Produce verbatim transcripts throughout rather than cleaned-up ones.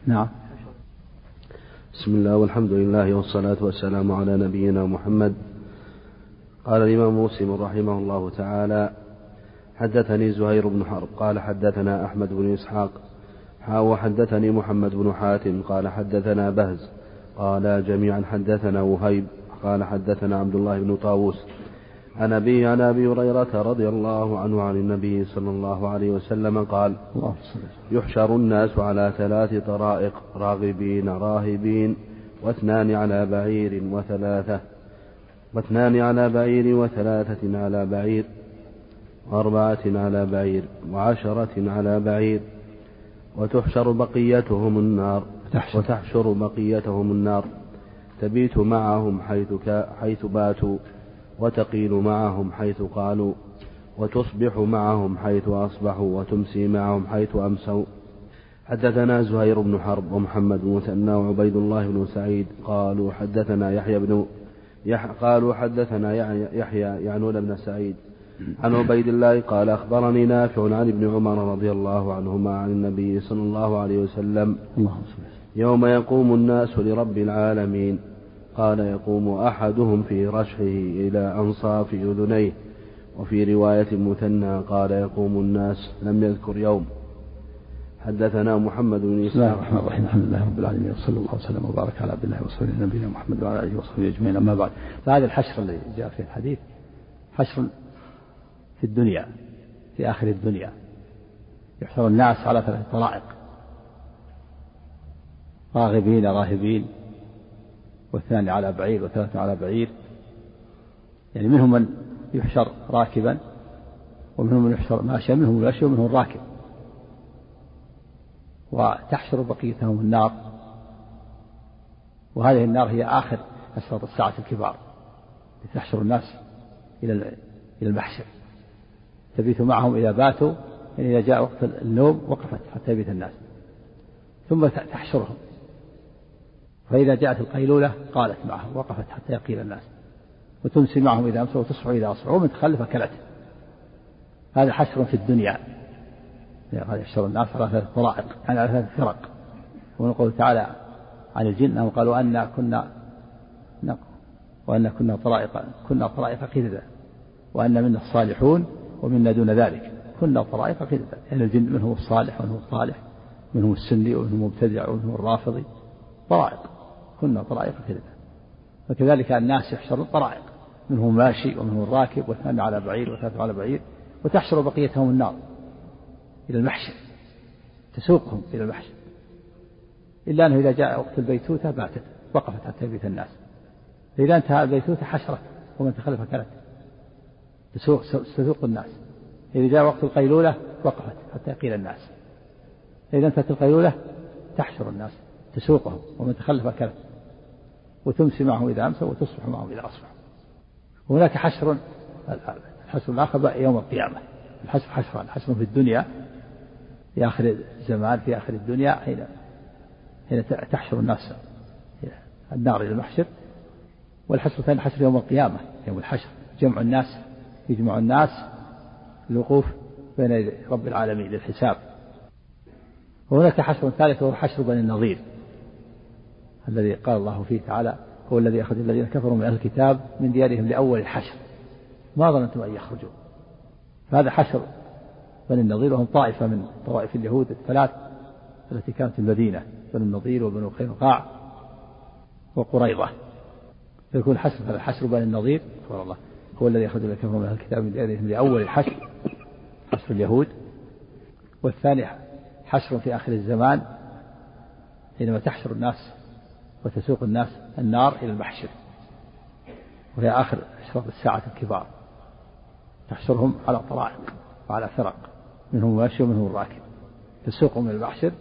نعم. بسم الله والحمد لله والصلاة والسلام على نبينا محمد. قال الإمام مسلم رحمه الله تعالى: حدثني زهير بن حرب قال حدثنا أحمد بن إسحاق وحدثني محمد بن حاتم قال حدثنا بهز قال جميعا حدثنا وهيب قال حدثنا عبد الله بن طاووس عن أبي عن أبي هريرة رضي الله عنه عن النبي صلى الله عليه وسلم قال: يحشر الناس على ثلاث طرائق: راغبين راهبين، واثنان على بعير وثلاثة واثنان على بعير وثلاثة على بعير وأربعة على بعير وعشرة على بعير، وتحشر بقيتهم النار وتحشر بقيتهم النار تبيت معهم حيث, حيث باتوا، وتقيل معهم حيث قالوا، وتصبح معهم حيث أصبحوا، وتمسي معهم حيث أمسوا. حدثنا زهير بن حرب ومحمد بن مثنى وعبيد الله بن سعيد قالوا حدثنا يحيى بن يح قالوا حدثنا يحيى يعنون بن سعيد عن عبيد الله قال أخبرني نافع عن ابن عمر رضي الله عنهما عن النبي صلى الله عليه وسلم: يوم يقوم الناس لرب العالمين، قال: يقوم أحدهم في رشحه إلى أنصاف أذنيه. وفي رواية مثنى قال: يقوم الناس، لم يذكر يوم. حدثنا محمد بن بسم الله الرحمن الرحيم. الحمد لله رب العالمين، وصلى الله وسلم وبارك على عبد الله ورسوله نبينا محمد وعلى اله وصحبه اجمعين. اما بعد، فهذا الحشر الذي جاء في الحديث حشر في الدنيا، في آخر الدنيا. يحشر الناس على ثلاث طرائق: راغبين راهبين، واثنان على بعير وثلاثة على بعير. يعني منهم من يحشر راكبا، ومنهم من يحشر ماشيا، منهم الماشي ومنهم الراكب. وتحشر بقيتهم النار، وهذه النار هي آخر أشراط الساعة الكبار، تحشر الناس إلى إلى المحشر، تبيت معهم إذا باتوا، يعني إذا جاء وقت النوم وقفت حتى يبيت الناس، ثم تحشرهم، فإذا جاءت القيلولة قالت معهم وقفت حتى يقيل الناس، وتمسي معهم إذا أمسوا وتصبح إذا أصبحوا، ومن تخلف كلته. هذا حشر في الدنيا. هذا يحشر الناس على ثلاث طرائق، يعني على ثلاث فرق. ونقول تعالى عن الجن أنهم قالوا أن كنا وأن كنا طرائق كنا طرائق قددا، وأن منا الصالحون ومنا دون ذلك، كنا طرائق قددا. يعني الجن منهم الصالح ومنهم الصالح، منهم السني ومنهم المبتدع ومنهم الرافضي، طرائق، كنا طرائق قددا. وكذلك الناس يحشرون طرائق، منهم ماشي ومنهم الراكب، واثنان على بعير وثلاثة على بعير، وتحشر بقيتهم النار إلى المحشر، تسوقهم إلى المحشر، إلا أنه إذا جاء وقت البيتوتة باتت وقفت حتى يبيت الناس. إذا انتهى البيتوتة حشرت، ومن تخلف كلت، تسوق, تسوق الناس. إذا جاء وقت القيلولة وقفت حتى يقيل الناس. إذا انتهت القيلولة تحشر الناس، تسوقهم، ومن تخلف كلت، وتمسي معهم إذا أمسوا وتصبح معهم إذا أصبحوا. وهناك حشر، الحشر الآخر يوم القيامة. الحشر حشران: حشر في الدنيا في آخر الزمان، في آخر الدنيا، حين حين تحشر الناس النار إلى المحشر. والحشر الثاني حشر يوم القيامة، يوم الحشر، جمع الناس، يجمع الناس الوقوف بين رب العالمين للحساب. وهناك حشر ثالث وهو حشر بني النظير، الذي قال الله فيه تعالى: هو الذي أخرج الذين كفروا من أهل الكتاب من ديارهم لأول الحشر ما ظننتم أن يخرجوا. فهذا حشر بني النظير، وهم طائفة من طوائف اليهود الثلاث التي كانت في المدينة: بني النظير وبنو قينقاع وقريظة. فيكون حشر هذا حشر بني النظير، سبحان الله، هو الذي أخرج الذين كفروا من أهل الكتاب من ديارهم لأول الحشر، حشر اليهود. والثاني حشر في آخر الزمان، حينما تحشر الناس وتسوق الناس النار إلى المحشر، وهي آخر أشراط الساعة الكبار، تحشرهم على طرائق وعلى فرق، منهم ماشي ومنهم الراكب، تسوقهم إلى المحشر،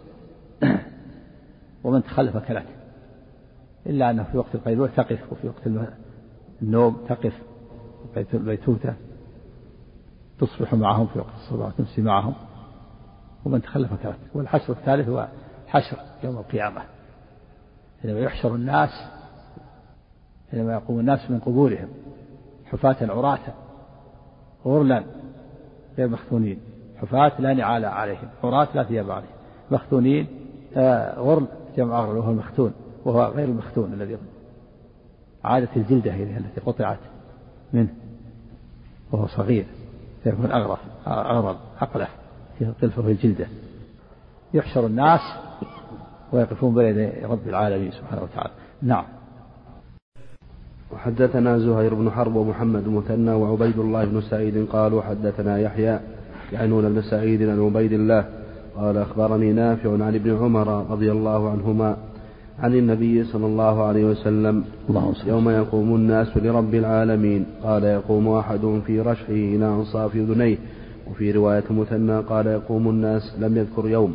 ومن تخلف كلته، إلا أنه في وقت القيلولة تقف، وفي وقت النوم تقف البيتوتة، تصبح معهم في وقت الصباح وتمسي معهم، ومن تخلف كلته. والحشر الثالث هو حشر يوم القيامة، حينما يحشر الناس، حينما يقوم الناس من قبورهم حفاة عراة غرلا غير مختونين، حفاة لا نعال عليهم، عراة لا ثياب عليهم، مختونين آه غرل جمع غرل وهو المختون، وهو غير المختون الذي عادة الجلدة هي التي قطعت منه وهو صغير فيكون أغرب أغرب أقلع في طلفه الجلدة. يحشر الناس ويقفون بين يدي رب العالمين سبحانه وتعالى. نعم. وحدثنا زهير بن حرب ومحمد المثنى وعبيد الله بن سعيد قالوا حدثنا يحيى يعنون بن سعيد عن عبيد الله قال أخبرني نافع عن ابن عمر رضي الله عنهما عن النبي صلى الله عليه وسلم يوم يقوم الناس لرب العالمين قال يقوم أحدهم في رشحه إلى أنصاف أذنيه، وفي رواية مثنى قال يقوم الناس لم يذكر يوم.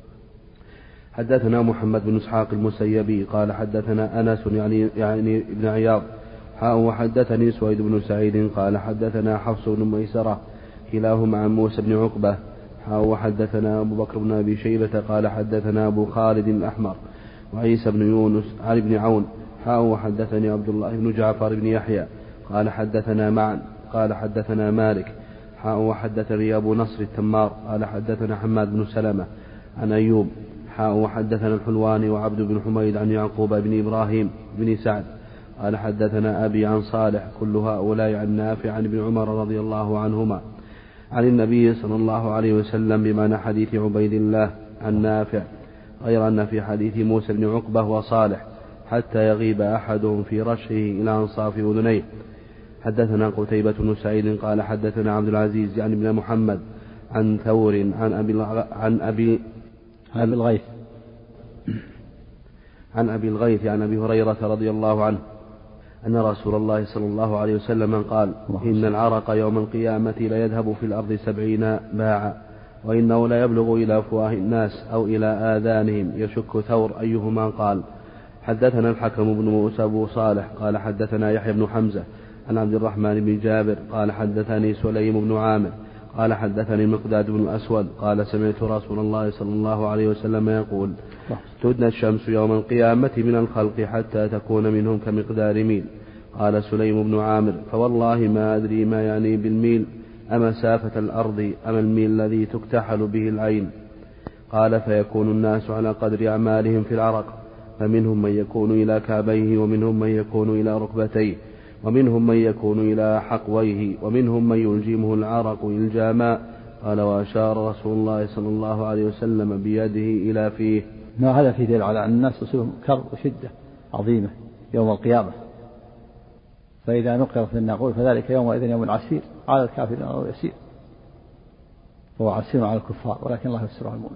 حدثنا محمد بن إسحاق المسيبي قال حدثنا أنس يعني, يعني ابن عياض حاء وحدثني سويد بن سعيد قال حدثنا حفص بن ميسرة كلاهما عن موسى بن عقبة حاء وحدثنا أبو بكر بن أبي شيبة قال حدثنا أبو خالد الأحمر وعيسى بن يونس عن ابن عون حاء وحدثني عبد الله بن جعفر بن يحيى قال حدثنا معا قال حدثنا مالك حاء وحدثني أبو نصر التمار قال حدثنا حماد بن سلمة عن أيوب حاء وحدثنا الحلواني وعبد بن حميد عن يعقوب بن إبراهيم بن سعد قال حدثنا أبي عن صالح كل هؤلاء عن نافع عن ابن عمر رضي الله عنهما عن النبي صلى الله عليه وسلم بمعنى حديث عبيد الله عن نافع، غير أن في حديث موسى بن عقبة وصالح حتى يغيب أحدهم في رشه إلى أنصاف أذنيه. حدثنا قتيبة بن سعيد قال حدثنا عبد العزيز عن ابن محمد عن ثور عن أبي عن أبي عن الغيث عن أبي الغيث عن أبي هريرة رضي الله عنه أن رسول الله صلى الله عليه وسلم قال إن العرق يوم القيامة لا يذهب في الأرض سبعين باعا وإنه لا يبلغ إلى أفواه الناس أو إلى آذانهم يشك ثور أيهما قال. حدثنا الحكم بن موسى أبو صالح قال حدثنا يحيى بن حمزة عن عبد الرحمن بن جابر قال حدثني سليم بن عامر قال حدثني مقداد بن الأسود قال سمعت رسول الله صلى الله عليه وسلم يقول تدنى الشمس يوم القيامة من الخلق حتى تكون منهم كمقدار ميل. قال سليم بن عامر فوالله ما أدري ما يعني بالميل أمسافة الأرض أم الميل الذي تكتحل به العين. قال فيكون الناس على قدر أعمالهم في العرق، فمنهم من يكون إلى كعبيه ومنهم من يكون إلى ركبتيه ومنهم من يكون إلى حقويه ومنهم من يلجمه العرق إلجاما. قال وأشار رسول الله صلى الله عليه وسلم بيده إلى فيه. ما هذا في دليل على أن الناس تصيبهم كرب وشدة عظيمة يوم القيامة، فإذا نقر في الناقور فذلك يومئذ يوم عسير على الكافرين أو يسير، هو عسير على الكفار ولكن الله يسر على المؤمن.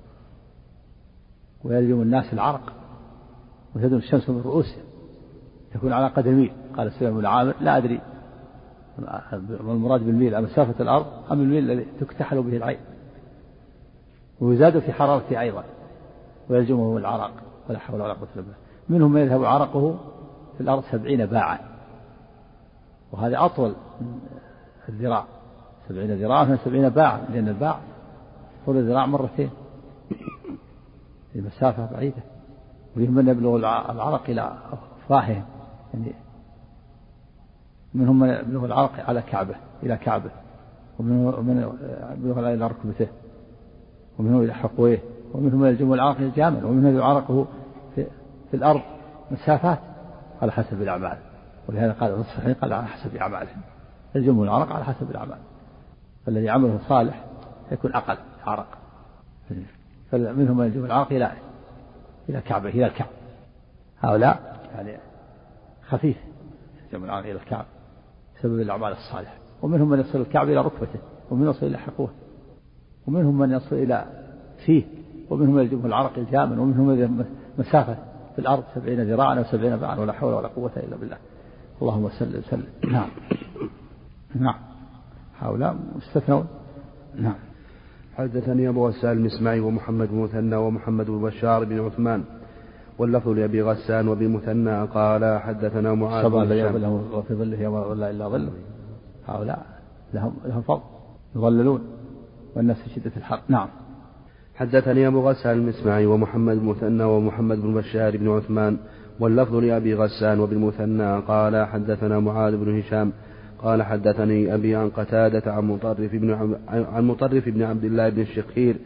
ويلجم الناس العرق وتدنو الشمس من رؤوسهم تكون على قدر ميل. قال سليم بن عامر لا أدري ما المراد بالميل مسافة الأرض أم الميل الذي تكتحل به العين. ويزاد في حرارته أيضا ويلجمه العرق ولا حول ولا قوة إلا بالله. منهم من يذهب عرقه في الأرض سبعين باعا، وهذا أطول الذراع سبعين ذراعا من سبعين باعا، لأن الباع طول الذراع مرتين في مسافة بعيدة. ومنهم من يبلغ العرق إلى أفواههم، يعني منهم من يبلغ العرق على كعبه إلى كعبه، ومنهم من يبلغ إلى ركبته، ومنهم إلى حقويه، ومنهم من يلجم العرق الجامل، ومنهم يعرقه في, في الأرض مسافات على حسب الأعمال. ولهذا قال الصحيح قال على حسب أعمالهم، يلجم العرق على حسب الأعمال، فالذي عمله صالح يكون أقل عرق. فمنهم من يلجم العرق إلى إلى كعبه إلى الكعب، هؤلاء يعني خفيف يلجم العرق إلى الكعب بسبب الأعمال الصالحة. ومنهم من يصل الكعب إلى ركبته، ومنهم يصل إلى حقوه، ومنهم من يصل إلى فيه، ومنهم من يلجمه العرق الجامن، ومنهم مسافة في الأرض سبعين ذراعا أو سبعين باعا ولا حول ولا قوة إلا بالله. اللهم سلم سلم. نعم نعم هؤلاء مستثنون. نعم. حدثني أبو غسان المسمعي ومحمد بن مثنى ومحمد بن بشار بن عثمان واللفظ لأبي غسان وبن مثنى قال حدثنا معاذ بن هشام وفي ظله يوم ولا إلا ظله. هؤلاء لهم لهم فضل يظللون والناس في شدة الحر. نعم. حدثني أبو غسان المسمعي ومحمد بن مثنى ومحمد بن بشار بن عثمان واللفظ لأبي غسان وبن مثنى قال حدثنا معاذ بن هشام قال حدثني أبي عن قتادة عن مطرف بن عن مطرف بن عبد الله بن الشخير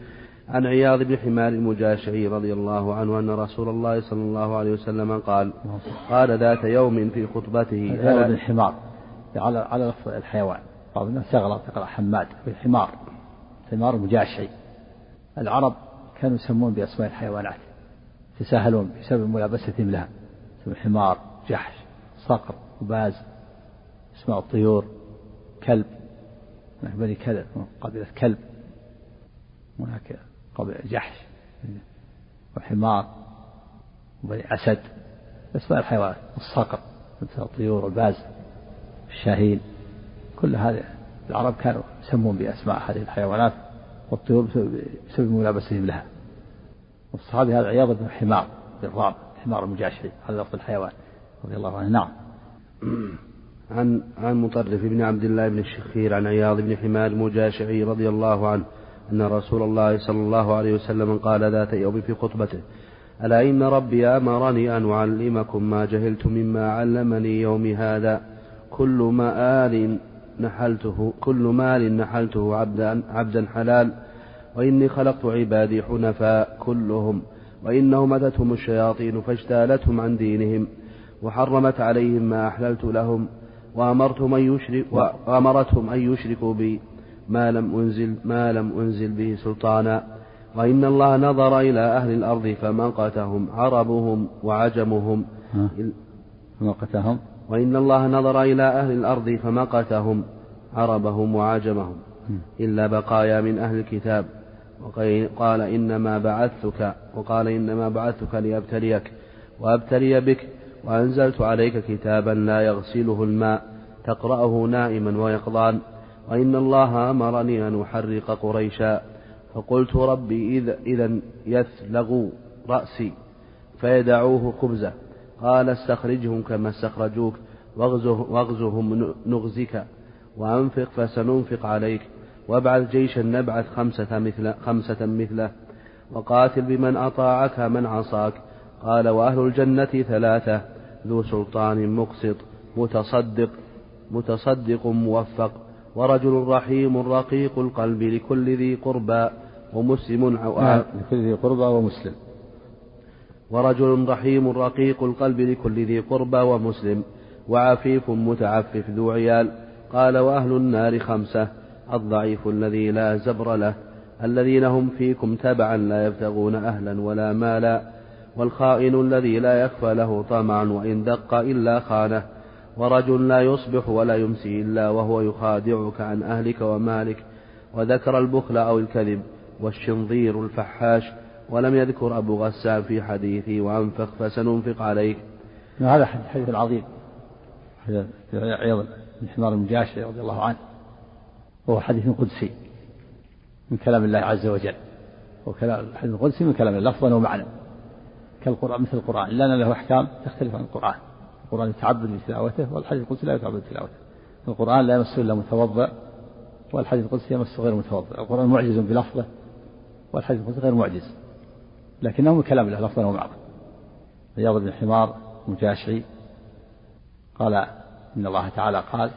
عن عياض بن حمار المجاشعي رضي الله عنه أن رسول الله صلى الله عليه وسلم قال قال ذات يوم في خطبته عياض بن حمار على على لفظ الحيوان، بعض الناس تغلط تقرأ حماد في حمار، حمار مجاشعي. العرب كانوا يسمون بأسماء الحيوانات يتساهلون بسبب ملابستهم لها، اسم حمار، جحش، صقر، وباز، اسماء الطيور، كلب، بني كلب قبيلة كلب، هناك قبيلة جحش وحمار وبني أسد، اسماء الحيوانات، الصقر، الطيور، والباز، الشاهين، كل هذه العرب كانوا يسمون بأسماء هذه الحيوانات والطيور بسبب ملابسهم لها. والصحابي هذا عياض بن حمار بالرام، حمار المجاشعي على لفظ الحيوان رضي الله عنه. نعم. عن عن مطرف بن عبد الله بن الشخير عن عياض بن حمار المجاشعي رضي الله عنه أن رسول الله صلى الله عليه وسلم قال ذات يوم في خطبته ألا إن ربي أمرني أن أعلمكم ما جهلت مما علمني يوم هذا كل مآل نحلته كل مال نحلته عبدا عبدا حلال وإني خلقت عبادي حنفاء كلهم وإنهم أتتهم الشياطين فاجتالتهم عن دينهم وحرمت عليهم ما أحللت لهم وأمرتهم أن يشرك وأمرتهم أن يشركوا بي ما لم أنزل ما لم أنزل به سلطانا وإن الله نظر إلى أهل الأرض فمقتهم عربهم وعجمهم فمقتهم وإن الله نظر إلى أهل الأرض فمقتهم عربهم وعجمهم إلا بقايا من أهل الكتاب وقال إنما بعثتك وقال إنما بعثتك لأبتليك وأبتلي بك وأنزلت عليك كتابا لا يغسله الماء تقرأه نائما ويقظان وإن الله أمرني أن أحرق قريشا فقلت ربي إذا إذا يثلغ رأسي فيدعوه خبزه قال استخرجهم كما استخرجوك واغزه واغزهم نغزك وأنفق فسننفق عليك وابعث جيشا نبعث خمسة مثل خمسة مثله وقاتل بمن أطاعك من عصاك قال وأهل الجنة ثلاثة ذو سلطان مقسط متصدق متصدق موفق ورجل رحيم رقيق القلب لكل ذي قربى ومسلم أو لكل ذي قربى ومسلم ورجل رحيم رقيق القلب لكل ذي قربى ومسلم وعفيف متعفف ذو عيال قال وأهل النار خمسة الضعيف الذي لا زبر له الذين هم فيكم تبعا لا يبتغون أهلا ولا مالا والخائن الذي لا يخفى له طمعا وإن دق إلا خانه ورجل لا يصبح ولا يمسي إلا وهو يخادعك عن أهلك ومالك وذكر البخل أو الكذب والشنظير الفحاش ولم يذكر أبو غسان في حديثي وأنفق فسننفق عليك. هذا حديث عظيم حديث عياض بن حمار المجاشعي رضي الله عنه، وهو حديث قدسي من كلام الله عز وجل، وكلام الحديث القدسي من كلام الله لفظا ومعنى كالقرآن مثل القرآن إلا أن له أحكام تختلف عن القرآن. القرآن يتعبد بتلاوته والحديث القدسي لا يتعبد بتلاوته. القرآن لا يمسه إلا متوضئ والحديث القدسي يمسه غير متوضئ. القرآن معجز بلفظه والحديث القدسي غير معجز لكنه من كلام الله لفظا ومعنى. عياض بن حمار مجاشعي قال إن الله تعالى قال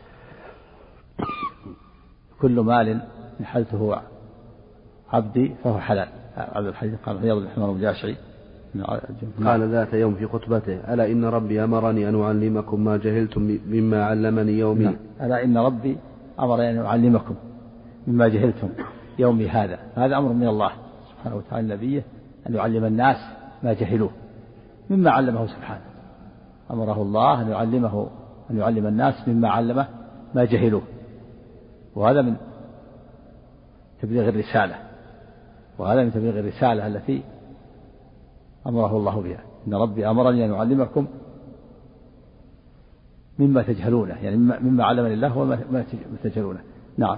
كل مال نحلته عبدي فهو حلال. هذا الحديث قال عياض بن حمار المجاشعي قال ذات يوم في خطبته ألا إن ربي أمرني أن أعلمكم ما جهلتم مما علمني يومي. نعم. ألا إن ربي أمرني أن أعلمكم مما جهلتم يومي هذا. هذا أمر من الله سبحانه وتعالى نبيه أن يعلم الناس ما جهلوه مما علمه سبحانه. أمره الله أن يعلمه أن يعلم الناس مما علمه ما جهلوه، وهذا من تبليغ الرسالة وهذا من تبليغ الرسالة التي أمره الله بها. إن ربي أمرني أن أعلمكم مما تجهلونه، يعني مما علمني الله وما تجهلونه. نعم.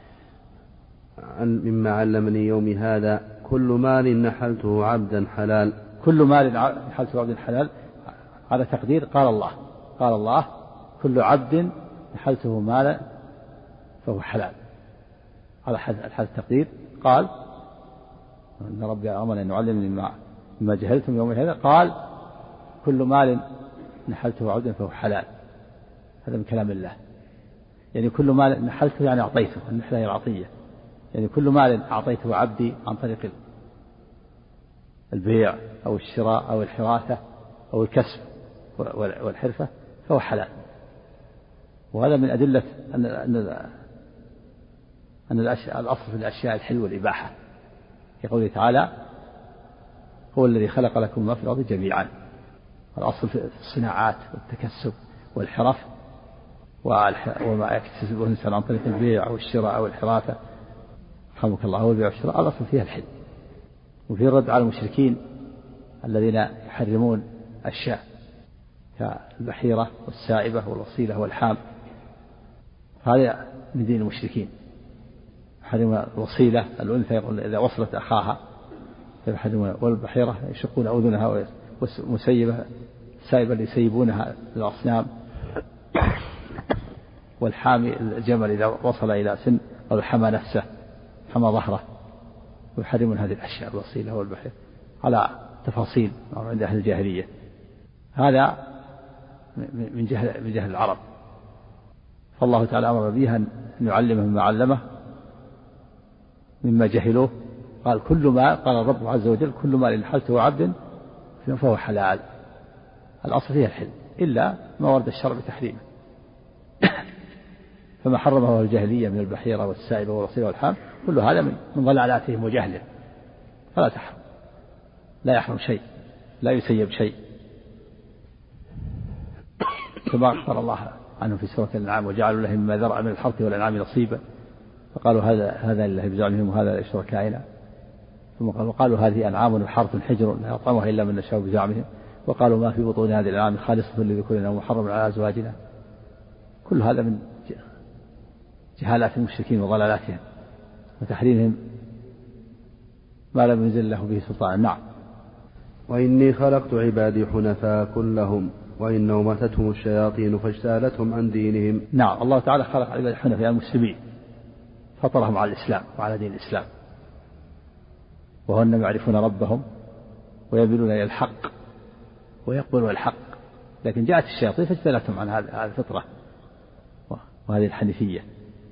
مما علمني يومي هذا كل مال نحلته عبدا حلال. كل مال نحلته عبدا حلال على تقدير قال الله قال الله كل عبد نحلته مالا فهو حلال. على حد التقدير قال إن ربي أمرني أن أعلمني مما مما جهلتم يوم هذا قال كل مال نحلته عبدا فهو حلال. هذا من كلام الله، يعني كل مال نحلته يعني أعطيته. النحلة هي العطية، يعني كل مال أعطيته عبدي عن طريق البيع أو الشراء أو الحراثة أو الكسب والحرفة فهو حلال. وهذا من أدلة أن أن أن الأصل في الأشياء الحل والإباحة، في قوله تعالى هو الذي خلق لكم ما في الأرض جميعا. الأصل في الصناعات والتكسب والحرف وما يكتسبه الإنسان عن طريق البيع أو الشراء أو الحراثة رحمك الله أو البيع والشراء الأصل فيها الحل. وفي الرد على المشركين الذين يحرمون أشياء كالبحيرة والسائبة والوصيلة والحام، هذا من دين المشركين. يحرم الوصيلة الأنثى يقول إذا وصلت أخاها يحرمون، والبحيرة يشقون أذنها، والمسيبة السائبة اللي يسيبونها للأصنام، والحامي الجمل إذا وصل إلى سن أو حمى نفسه حمى ظهره، ويحرمون هذه الأشياء الوصيلة والبحيرة على تفاصيل عند أهل الجاهلية. هذا من جهل من جهل العرب، فالله تعالى أمر بها أن يعلمهم ما علمه مما جهلوه. قال كل ما قال الرب عز وجل كل ما لحلته عبد فهو حلال. الأصل فيها الحل إلا ما ورد الشرع بتحريمه. فما حرمه الجاهلية من البحيرة والسائبة والوصيلة والحام كل هذا من ضلالاتهم وجهلهم، فلا تحرم، لا يحرم شيء، لا يسيب شيء، كما أخبر الله عنه في سورة الأنعام وجعلوا له مما ذرأ من الحرث والأنعام نصيبا فقالوا هذا هذا لله بزعمهم وهذا لشركائنا، ثم قالوا وقالوا هذه أنعام وحرث حجر لا يطعمها إلا من نشاء بزعمهم وقالوا ما في بطون هذه الأنعام خالصة لذكورنا ومحرم على أزواجنا. كل هذا من جهالات المشركين وضلالاتهم وتحريمهم ما لم ينزل الله به سلطان. نعم. وإني خلقت عبادي حنفاء كلهم وإنهم أتتهم الشياطين فاجتالتهم عن دينهم. نعم، الله تعالى خلق عبادي حنفاء المسلمين، فطرهم على الإسلام وعلى دين الإسلام، وهم يعرفون ربهم ويميلون إلى الحق ويقبلون الحق، لكن جاءت الشياطين فاجتالتهم عن هذه الفطرة وهذه الحنيفية.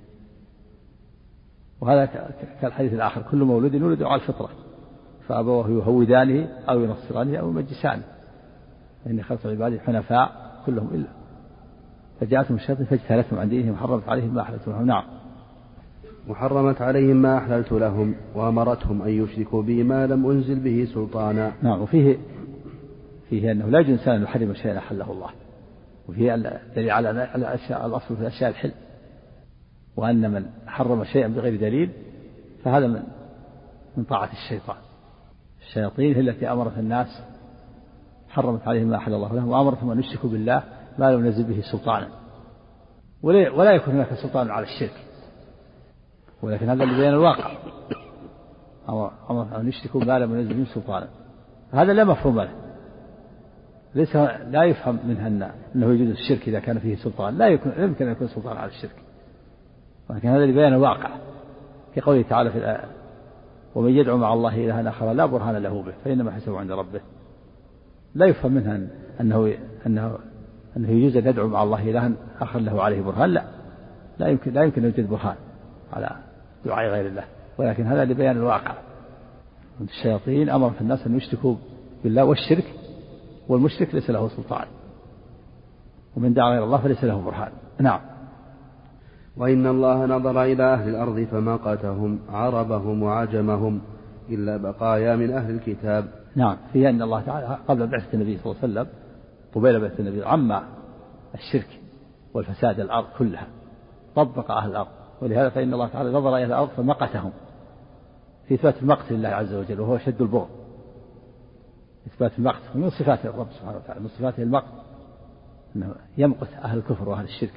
وهذا كالحديث الآخر كل مولود يولد على الفطرة فأبواه يهودانه أو ينصرانه أو يمجسانه، إني خلقت عبادي حنفاء كلهم إلا فجاءتهم الشياطين فاجتالتهم عن دينهم وحرمت عليهم ما أحللت لهم. نعم. وحرمت عليهم ما أحللت لهم وأمرتهم أن يشركوا بي ما لم أنزل به سلطانا. نعم. وفيه فيه أنه لا يجوز إنسان أن يحرم شيئا أحله الله، وفيه دليل على الأشياء الأصل في الأشياء الحل، وأن من حرم شيئا بغير دليل فهذا من من طاعة الشيطان. الشياطين هي التي أمرت الناس حرمت عليهم ما أحل الله لهم وأمرتهم أن يشركوا بالله ما لم ينزل به سلطانا، ولا يكون هناك سلطان على الشرك، ولكن هذا اللي بين الواقع أمر أن يشركوا ما لم ينزل به سلطانا. هذا لا مفهوم له، ليس لا يفهم منها أنه يجوز الشرك إذا كان فيه سلطان، لا يمكن لا يمكن أن يكون سلطان على الشرك، ولكن هذا اللي بين الواقع في قوله تعالى في الآية ومن يدعو مع الله إلها آخر لا برهان له به فإنما حسبه عند ربه. لا يفهم منها أنه أنه أنه يجوز أن يدعو مع الله إلها آخر له عليه برهان، لا لا يمكن لا يمكن أن يوجد برهان على دعاء غير الله، ولكن هذا لبيان الواقع. الشياطين أمرت الناس أن يشركوا بالله، والشرك والمشرك ليس له سلطان، ومن دعا غير الله فليس له برهان. نعم. وإن الله نظر إلى أهل الأرض فمقتهم عربهم وعجمهم إلا بقايا من أهل الكتاب. نعم. فيها أن الله تعالى قبل بعثة النبي صلى الله عليه وسلم قبيل بعثة النبي عم الشرك والفساد الأرض كلها، طبق أهل الأرض، ولهذا فإن الله تعالى نظر إلى الأرض فمقتهم في إثبات المقت لله عز وجل، وهو شد البغض. إثبات المقت من صفات الرب سبحانه وتعالى، من صفاته المقت أنه يمقت أهل الكفر وأهل الشرك،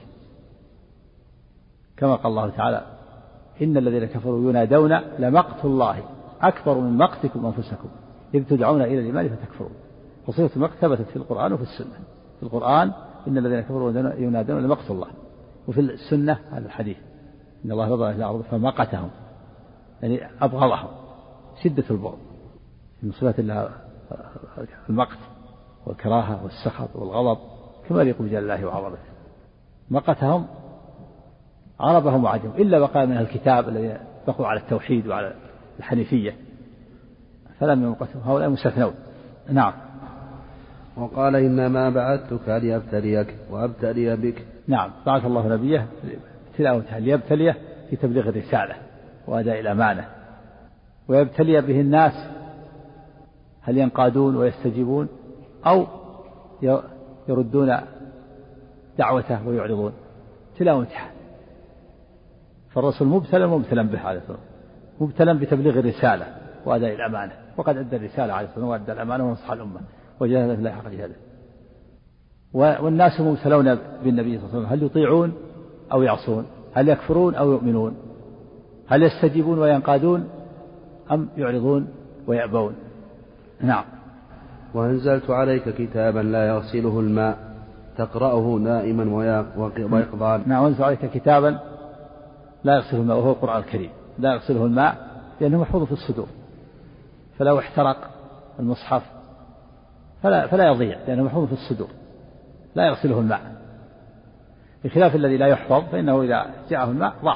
كما قال الله تعالى إن الذين كفروا ينادون لمقت الله أكبر من مقتكم أنفسكم إذ تدعون إلى الإيمان فتكفرون. وصفة المقت ثبتت في القرآن وفي السنة. في القرآن إن الذين كفروا ينادون لمقت الله، وفي السنة هذا الحديث إن الله نظر إلى الأرض فمقتهم، يعني أبغضهم، شدة البغض. من صفات الله المقت والكراهة والسخط والغضب كما يليق بجلال الله وعظمته. مقتهم عربهم وعجم إلا بقى من الكتاب الذين بقوا على التوحيد وعلى الحنيفية فلم ينقسموا، هؤلاء مستثنون. نعم. وقال إنما بعثتك لأبتليك وأبتلي بك. نعم، بعث الله نبيه تلاوته ليبتليه في تبليغ الرسالة وأداء الأمانة، ويبتلي به الناس هل ينقادون ويستجيبون أو يردون دعوته ويعرضون. تلاوة امتحان، فالرسول مبتلى مبتلى به عليه الصلاة والسلام، مبتلى بتبليغ الرسالة وأداء الأمانة، وقد أدى الرسالة عليه الصلاة والسلام وأدى الأمانة ونصح الأمة وجاهد في الله حق جهاده. والناس مبتلون بالنبي صلى الله عليه وسلم، هل يطيعون أو يعصون، هل يكفرون أو يؤمنون، هل يستجيبون وينقادون أم يعرضون ويأبون. نعم. وأنزلت عليك كتابا لا يغسله الماء تقرأه نائما ويقظان. نعم، وأنزلت عليك كتابا لا يغسله الماء، وهو القرآن الكريم، لا يغسله الماء لأنه محفوظ في الصدور، فلو احترق المصحف فلا, فلا يضيع لأنه محفوظ في الصدور لا يغسله الماء، بخلاف الذي لا يحفظ فإنه إذا جاءه الماء ضاع.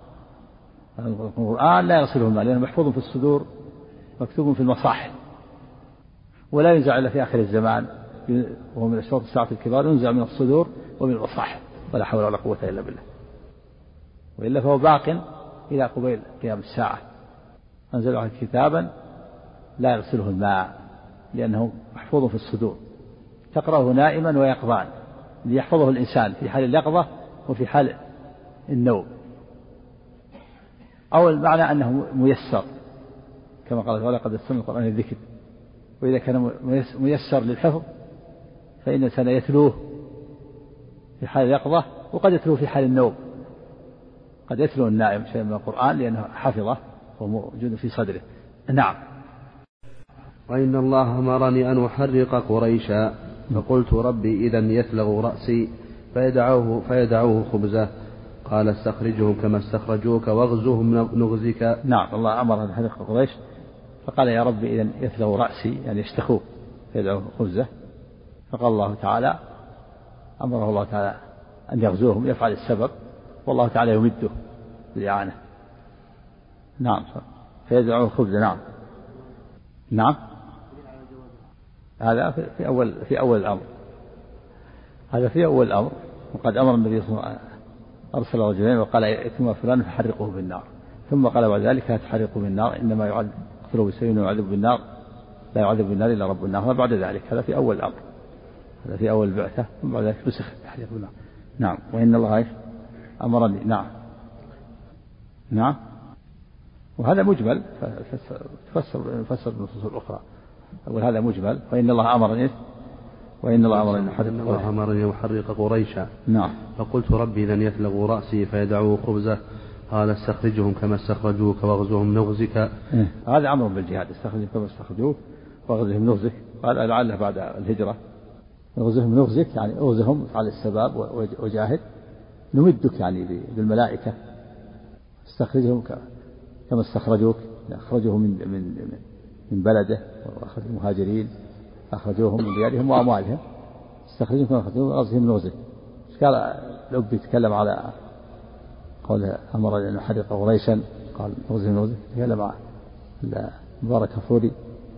القرآن لا يغسله الماء لأنه محفوظ في الصدور مكتوب في المصاحف، ولا ينزع إلا في آخر الزمان، وهو من أشراط الساعة الكبار، ينزع من الصدور ومن المصاحف، ولا حول ولا قوة إلا بالله، وإلا فهو باق إلى قبيل قيام الساعة. أنزل عليك كتابا لا يغسله الماء لأنه محفوظ في الصدور، تقرأه نائما ويقظان، ليحفظه الإنسان في حال اليقظة وفي حال النوم. أو المعنى أنه ميسر كما قال ولقد يسرنا القرآن الذكر، وإذا كان ميسر للحفظ فإن الإنسان يتلوه في حال اليقظة، وقد يتلوه في حال النوم، قد يتلو النائم شيء من القرآن لأنه حفظه وموجود في صدره. نعم. وإن الله أمرني أن أحرق قريشا، فقلت ربي إذا يثلغ رأسي فيدعوه, فيدعوه خبزه. قال استخرجهم كما استخرجوك واغزوهم نغزك. نعم، الله أمر أن يحرق قريش، فقال يا ربي إذا يثلغ رأسي يعني يشتخوه فيدعوه خبزه، فقال الله تعالى أمره الله تعالى أن يغزوهم، يفعل السبب والله تعالى يمده بالإعانة. نعم، فيدعوه خبزه. نعم. نعم، هذا في أول في أول الأمر، هذا في أول الأمر. وقد أمر النبي صلى الله عليه وسلم أرسل رجلين وقال ائتما فلان فحرقوه بالنار، ثم قال بعد ذلك لا تحرقوا بالنار إنما يعذب يقتلوا بالسيف ويعذب بالنار لا يعذب بالنار إلا رب النار. وبعد ذلك هذا في أول الأمر، هذا في أول البعثة، ثم بعد ذلك نسخ تحريق بالنار. نعم. وإن الله أمرني. نعم. نعم. وهذا مجمل تفسر تفسر بالنصوص الأخرى. أقول هذا مجمل. وإن الله أمرني وإن الله أمرني أحرق الله أمرني أحرق قريشا. نعم. فقلت ربي إذا يثلغ رأسي فيدعوه خبزه. قال استخرجهم كما استخرجوك واغزوهم نغزك. إيه؟ هذا أمر بالجهاد، استخرجهم كما استخرجوك واغزوهم نغزك. قال لعله بعد الهجرة اغزوهم نغزك يعني اغزهم على السباب وجاهد، نمدك يعني بالملائكة. استخرجهم كما استخرجوك، أخرجوهم من من من بلده، وأخرج المهاجرين أخرجوهم من ديارهم وأموالهم. استخرجهم كما أخرجوهم واغزوهم نغزك. قال الأب يتكلم على قال أمر أن يحرق قريشا، قال نغزهم نغزك. تكلم على مبارك فوري.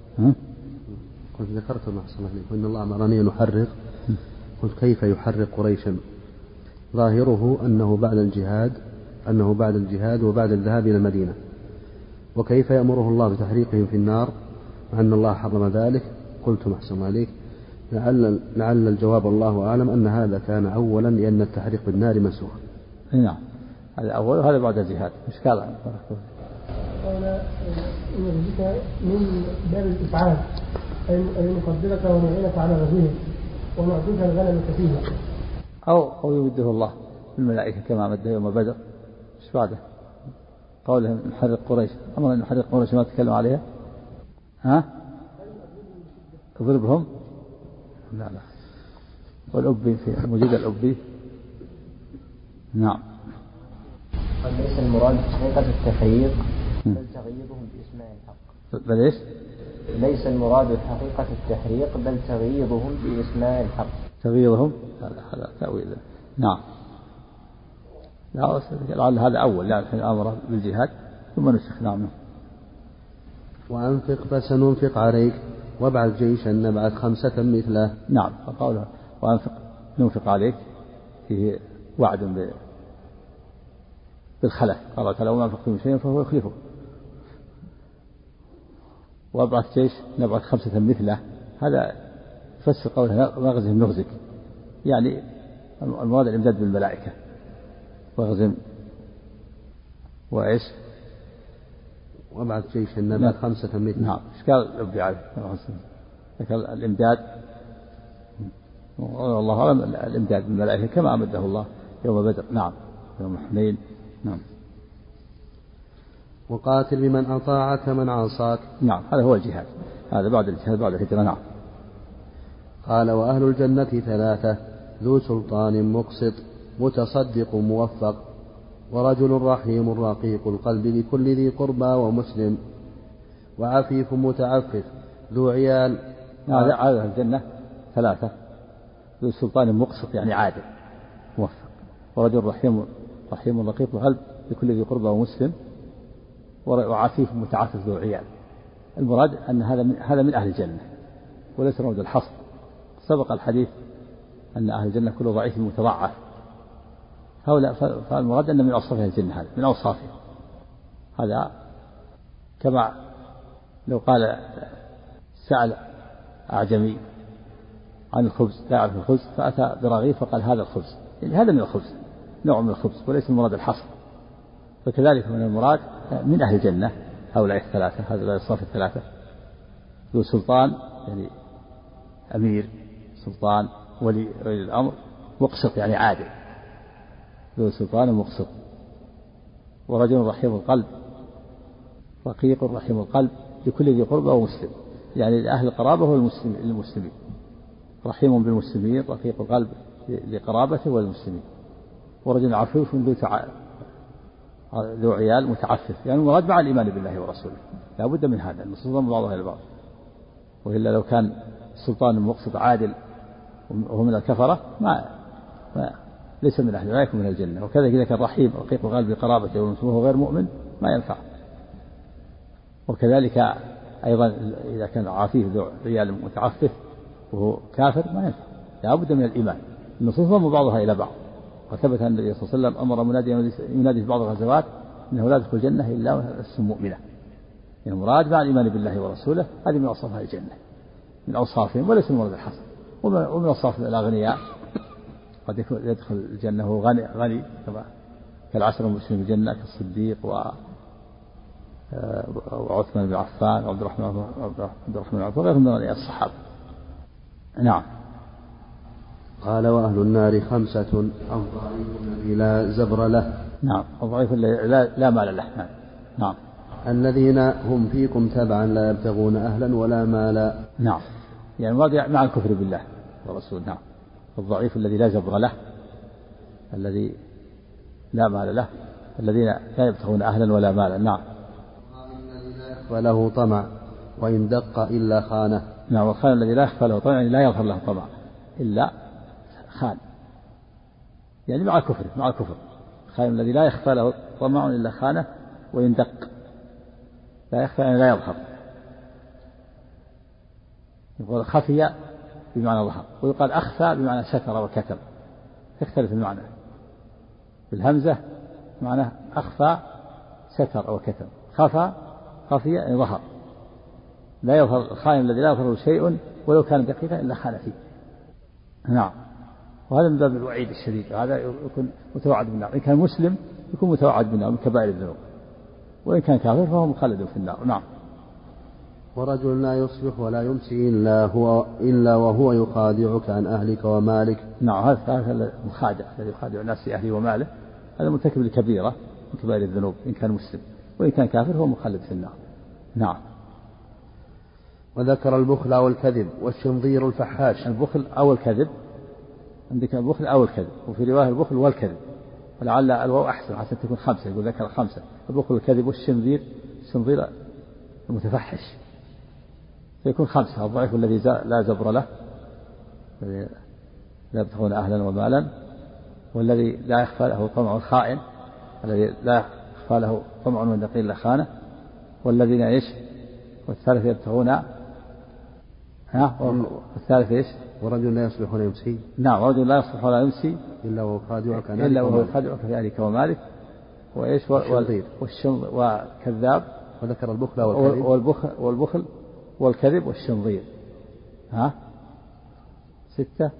قلت ذكرت ما حصل عليه وإن الله أمرني أن أحرق. قلت كيف يحرق قريشا؟ ظاهره أنه بعد الجهاد أنه بعد الجهاد وبعد الذهاب إلى المدينة، وكيف يأمره الله بتحريقهم في النار مع أن الله حرم ذلك؟ قلت محسن عليك لعل, لعل الجواب الله أعلم أن هذا كان أولا لأن التحريق بالنار منسوخ. نعم، هذا أول وهذا بعد الجهاد. مش قال قال إن ذلك من باب الإفعال أي نفضلك ونعينك على غزوهم ونعطيك الغنم كثيرا، أو أو يمده الله الملائكة كما مده يوم بدر. مش بعده قولهم نحرق قريش، أمر أن نحرق قريش ما تكلم عليها. ها اضربهم. لا لا، والأبي في موجود الأبي. نعم. قد ليس المراد حقيقة التفريق بل تغييظهم بإسماء الحق. بل إيش؟ ليس المراد حقيقة التحريق بل تغييظهم بإسماء الحق. تغييظهم هذا هذا تأويل. نعم. لا، لعل هذا أول، لأن يعني الأمر بالجهاد ثم نسخ. نعم. وأنفق فسننفق عليك وابعث جيشا نبعث خمسة مثله. نعم. فقوله وأنفق ننفق عليك فيه وعد بالخلف. قال تعالى وما أنفقتم من شيء فهو يخلفه. وابعث جيش نبعث خمسة مثله، هذا فسر قوله نغزهم نغزك، يعني المراد الإمداد بالملائكة. وغزم وإيش وابعث جيش نبعث خمسة مثله. نعم. إيش قال ربي عليه ذكر الإمداد، والله أعلم الإمداد بالملائكة كما أمده الله يوم بدر. نعم. يوم حنين. نعم. وقاتل بمن أطاعك من عصاك. نعم. هذا هو الجهاد، هذا بعد الجهاد بعد الهجرة. نعم. قال وأهل الجنة ثلاثة: ذو سلطان مقسط متصدق موفق ورجل رحيم رقيق القلب لكل ذي قربى ومسلم وعفيف متعفف ذو عيال. هذا هذا الجنة ثلاثة: ذو سلطان مقسط يعني عادل موفق، ورجل رحيم رحيم رقيق القلب لكل ذي قربى ومسلم وعفيف متعفف ذو عيال. المراد أن هذا من هذا من أهل الجنة وليس مراد الحصر. سبق الحديث أن أهل الجنة كل ضعيف متضعف، هؤلاء فالمراد أن من أوصاف الجنة، هذا من أوصافه. هذا كما لو قال سأل أعجمي عن الخبز لا يعرف الخبز فأتى برغيف فقال هذا الخبز، يعني هذا من الخبز، نوع من الخبز وليس المراد الحصر. فكذلك من المراد من أهل الجنة هؤلاء الثلاثة، هذا الأوصاف الثلاثة: ذو سلطان يعني أمير سلطان ولي ولي الأمر، مقسط يعني عادل، ذو سلطان مقسط، ورجل رحيم القلب رقيق رحيم القلب لكل ذي قربى ومسلم، يعني لأهل القرابة والمسلمين. رحيم بالمسلمين رقيق القلب لقرابته والمسلمين، ورجل عفيف ذو تع... ذو عيال متعفف، يعني المراد مع الإيمان بالله ورسوله. لا بد من هذا النصوص من بعضها إلى بعض، وإلا لو كان السلطان المقسط عادل وهو من الكفرة ما, ما ليس من أهل لا يكون من الجنة. وكذلك إذا كان رحيم رقيق القلب بقرابته وهو غير مؤمن ما ينفع. وكذلك أيضا إذا كان عفيف ذو عيال متعفف وهو كافر ما ينفع، لا بد من الإيمان. النصوص من بعضها إلى بعض. وثبت أن النبي صلى الله عليه وسلم أمر مناديا ينادي في بعض الغزوات إنه لا يدخل الجنة إلا نفس مؤمنة. يعني المراد مع الإيمان بالله ورسوله، هذه من أوصاف أهل الجنة، من أوصافهم وليس من مراد الحصر. ومن أوصاف الأغنياء قد يدخل الجنة وهو غني غني كما كالعشر المبشرين بالجنة كالصديق و وعثمان بن عفان وعبد الرحمن عبد الرحمن بن عوف وغيرهم من الصحابة. نعم. قال وأهل النار خمسة: الضعيف الذي لا زبر له. نعم. الضعيف الذي لا, لا مال له. نعم. الذين هم فيكم تبعا لا يبتغون أهلا ولا مالا. نعم. يعني مع الكفر بالله ورسوله. نعم. الضعيف الذي لا زبر له، الذي لا مال له، الذين لا يبتغون أهلا ولا مالا. نعم. وله طمع وإن دق إلا خانه. نعم. والخان الذي لا يخفى له طمع يعني لا يظهر له طمع إلا خان، يعني مع الكفر مع الكفر. الخان الذي لا يخفى له طمع إلا خانه، وإن دق لا يخفى يعني لا يظهر. يقول خفي بمعنى ظهر، ويقال أخفى بمعنى ستر وكتم، تختلف المعنى. بالهمزة معناه أخفى ستر أو كتم، خفى خفي يعني ظهر، لا يظهر. الخائن الذي لا يظهر شيء ولو كان دقيقا إلا خان فيه. نعم. وهذا من باب الوعيد الشديد، وهذا يكون متوعد بالنار. إن كان مسلم يكون متوعد بالنار من كبائر الذنوب، وإن كان كافر فهو مخلد في النار. نعم. ورجل لا يصلح ولا يمسي إلا هو إلا وهو يخادعك عن أهلك ومالك. نعم. هذا المخادع الذي يخادع الناس في أهله وماله، هذا مرتكب الكبيرة من كبائر الذنوب إن كان مسلم، وإن كان كافر هو مخلد في النار. نعم. وذكر البخل أو الكذب والشنظير الفحاش. البخل أو الكذب، عندك البخل أو الكذب، وفي رواية البخل والكذب، ولعل الواو أحسن حتى تكون خمسة، يقول ذكر خمسة: البخل والكذب والشنظير، الشنظير المتفحش، فيكون خمسة: الضعيف الذي لا زبر له، الذي لا يبتغون أهلا ومالا، والذي لا يخفى له طمع الخائن، الذي لا قاله طمع من قيل خانه والذين إيش والثالث يبتغون ها والثالث إيش ورجل لا يصلح ولا يمسي نعم رجل لا يصلح ولا يمسي إلا وهو خادعك إلا وهو خادعك في أهلك ومالك وإيش والشنظير وكذاب وذكر البخل والكذب والبخل, والبخل والكذب والشنظير ها ستة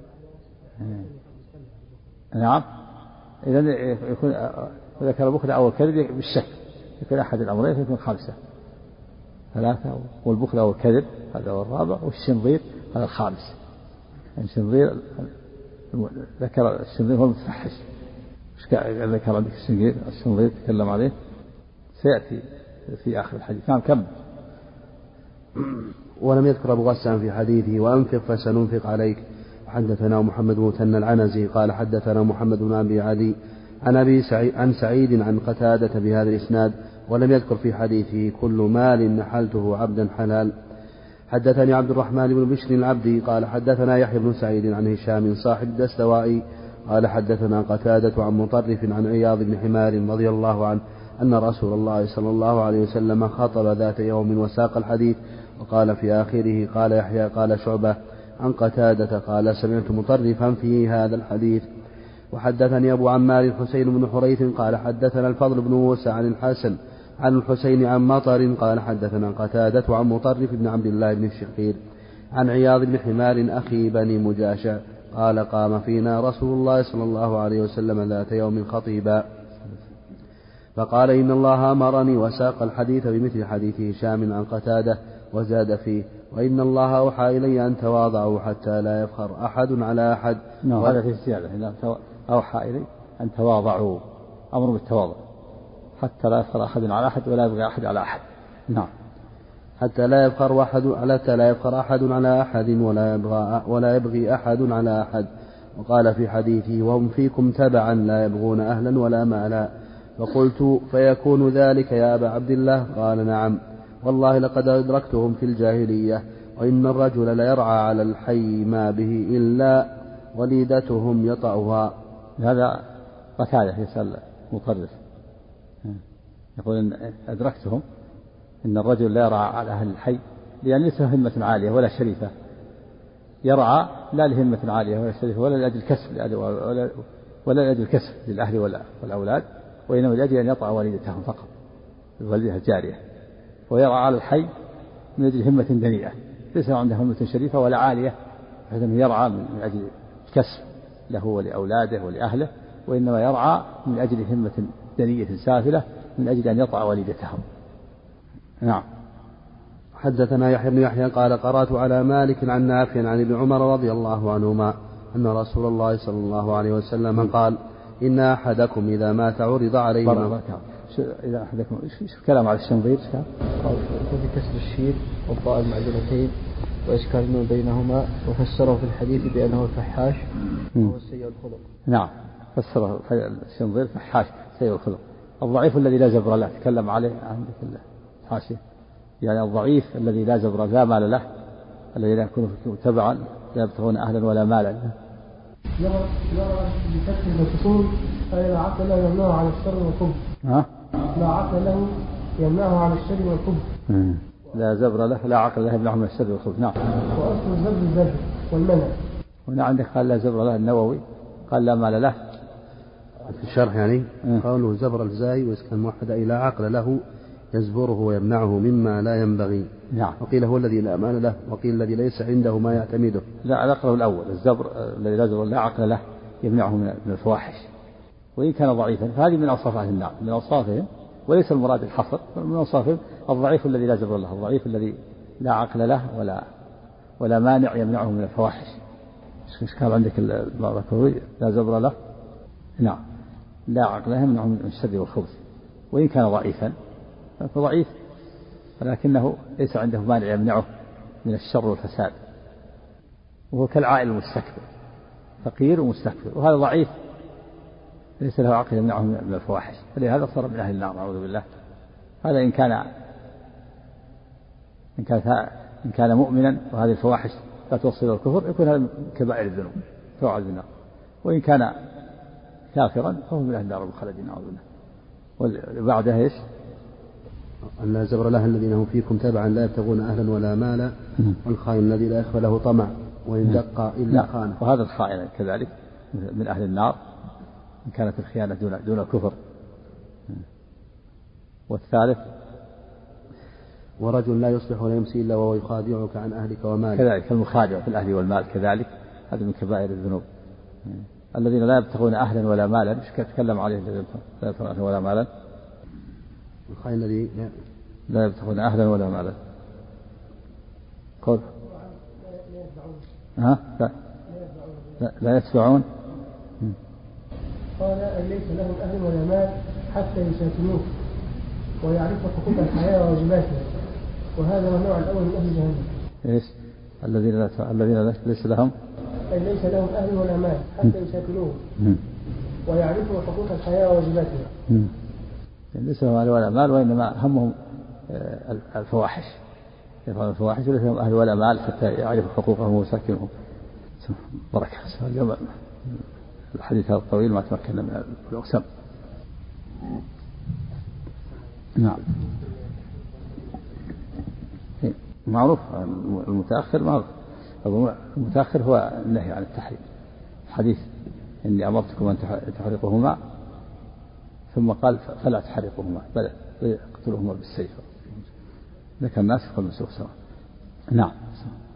نعم إذا يكون ذكر البخل أو الكذب بالشك يكون أحد الأمرين يكون خمسة ثلاثة والبخل أو الكذب هذا هو الرابع والشنظير هذا الخامس الشنظير ذكر الشنظير هو المتفحش ذكر عندك الشنظير الشنظير تكلم عليه سيأتي في آخر الحديث نعم كم ولم يذكر أبو غسان في حديثه وأنفق فسننفق عليك. حدثنا محمد بن مثنى العنزي قال حدثنا محمد بن أبي علي عن أبي سعيد عن سعيد عن قتادة بهذا الإسناد ولم يذكر في حديثه كل مال نحلته عبدا حلال. حدثني عبد الرحمن بن بشر العبدي قال حدثنا يحيى بن سعيد عن هشام صاحب الدستوائي قال حدثنا قتادة عن مطرف عن عياض بن حمار رضي الله عنه أن رسول الله صلى الله عليه وسلم خطب ذات يوم وساق الحديث وقال في آخره قال يحيى قال شعبة عن قتادة قال سمعت مطرفا في هذا الحديث. وحدثني أبو عمار الحسين بن حريث قال حدثنا الفضل بن موسى عن الحسن عن الحسين عن مطر قال حدثنا قتادة عن مطرف بن عبد الله بن الشخير عن عياض بن حمار أخي بني مجاشع قال قام فينا رسول الله صلى الله عليه وسلم ذات يوم خطيبا فقال إن الله أمرني وساق الحديث بمثل حديث هشام عن قتادة وزاد فيه وإن الله أوحى إلي أن تواضعوا حتى لا يفخر أحد على أحد. نعم هذا في الزيادة أوحى إلي أن تواضعوا أمر بالتواضع حتى لا يفخر أحد على أحد ولا يبغي أحد على أحد. نعم حتى لا يفخر أحد حتى لا يفخر أحد على أحد ولا يبغى ولا يبغي أحد على أحد. وقال في حديثه وهم فيكم تبعا لا يبغون أهلا ولا مالا. فقلت فيكون ذلك يا أبا عبد الله قال نعم والله لقد أدركتهم في الجاهلية وإن الرجل ليرعى على الحي ما به إلا وليدتهم يطأها. هذا قتادة يسأل مطرف يقول إن أدركتهم إن الرجل لا يرعى على أهل الحي لأن ليس همة عالية ولا شريفة يرعى لا لهمة عالية ولا شريفة ولا لأجل كسب ولا, ولا لأجل كسب للأهل والأولاد وإنما لأجل أن يطأ والدتهم فقط والدها الجارية ويرعى على الحي من أجل همة دنيئة ليس عنده همة شريفة ولا عالية بحيث أنه يرعى من أجل كسب له ولأولاده ولأهله وإنما يرعى من أجل همة دنيئة سافلة من أجل أن يطأ والدتهم. نعم. حدثنا يحيى بن يحيى قال قرأت على مالك عن نافع عن ابن عمر رضي الله عنهما أن رسول الله صلى الله عليه وسلم قال إن أحدكم إذا مات عرض عليه إذا أحدكم إيش الكلام على الشنظير كان بكسر الشين والضاء المعجلتين وإشكال ما بينهما وفسره في الحديث بأنه الفحاش وهو سيء الخلق. نعم فسره الشنظير فحاش سيء الخلق. الضعيف الذي لا زبر له تكلم عليه عندك الحاشية يعني الضعيف الذي لا زبر لا مال له الذي لا يكون تبعا لا يبتغون أهلا ولا مالا. يرى يرى بكسر الخصوم فلا عقل له يمنعه على الشر والحب. ها؟ لا عقل له يمنعه على الشر والحب. لا زبر له لا عقل له يمنعه من الشر والحب. نعم. وأصل الزبر الزبر والمنع. هنا عندك قال لا زبر له النووي قال لا مال له. في الشرح يعني قوله زبر الزاي وإسكان موحد أي لا عقل له يزبره ويمنعه مما لا ينبغي. نعم. وقيل هو الذي لا مال له وقيل الذي ليس عنده ما يعتمده. لا الأقرب الأول الزبر الذي لا زبر لا عقل له يمنعه من الفواحش وإن كان ضعيفا فهذه من أوصاف أهل النار من أوصافهم وليس المراد الحصر من أوصافهم الضعيف الذي لا زبر له الضعيف الذي لا عقل له ولا ولا مانع يمنعه من الفواحش. ايش كان عندك المذكور لا زبر له نعم لا عقل له يمنعه من الشر والخبث وإن كان ضعيفا فضعيف ولكنه ليس عنده مانع يمنعه من الشر والفساد وهو كالعائل المستكبر فقير ومستكبر وهذا ضعيف ليس له عقل يمنعه من الفواحش فلهذا صار من أهل النار نعوذ بالله. هذا إن كان إن كان إن كان مؤمنا وهذه الفواحش لا توصل إلى الكفر يكون هذا كبائر الذنوب توعد بالنار وإن كان كافرا فهو من أهل النار المخلدين نعوذ بالله. وبعدها إيش؟ أن زبر الله الذين هم فيكم تبعا لا يبتغون أهلا ولا مالا والخائن الذي لا يخفى له طمع وإن دق إلا خانه. وهذا الخائن كذلك من أهل النار إن كانت الخيانة دون دون الكفر. والثالث ورجل لا يصلح ولا يمسي إلا وهو يخادعك عن أهلك ومالك. كذلك المخادع في الأهل والمال كذلك هذا من كبائر الذنوب. الذين لا يبتغون أهلا ولا مالا مش تكلم عليه الذين لا يبتغون أهلا ولا مالا. الخائن الذي لا يبتغون أهلا ولا مالا. قول ها لا لا, لا يتبعون. قال أن ليس لهم أهل ولا مال حتى يساكنوه ويعرفوا حقوق الحياة وواجباتها، وهذا هو النوع الأول من أهل جهنم. إيش؟ الذين لا الذين ليس لهم أي ليس لهم أهل ولا مال حتى يساكنوه ويعرفوا حقوق الحياة وواجباتها. ليس لهم أهل ولا مال وإنما همهم الفواحش، يفعلون الفواحش وليس لهم أهل ولا مال حتى يعرفوا حقوقهم ويساكنوهم. بركة اليوم الحديث هذا الطويل ما تمكنا من الأقسام. نعم معروف المتأخر معروف. المتأخر هو النهي عن التحريم. حديث إني أمرتكم أن تحرقهما ثم قال فلا تحرقهما بل اقتلوهما بالسيف. لكن الناس يقولون سوء سواء. نعم.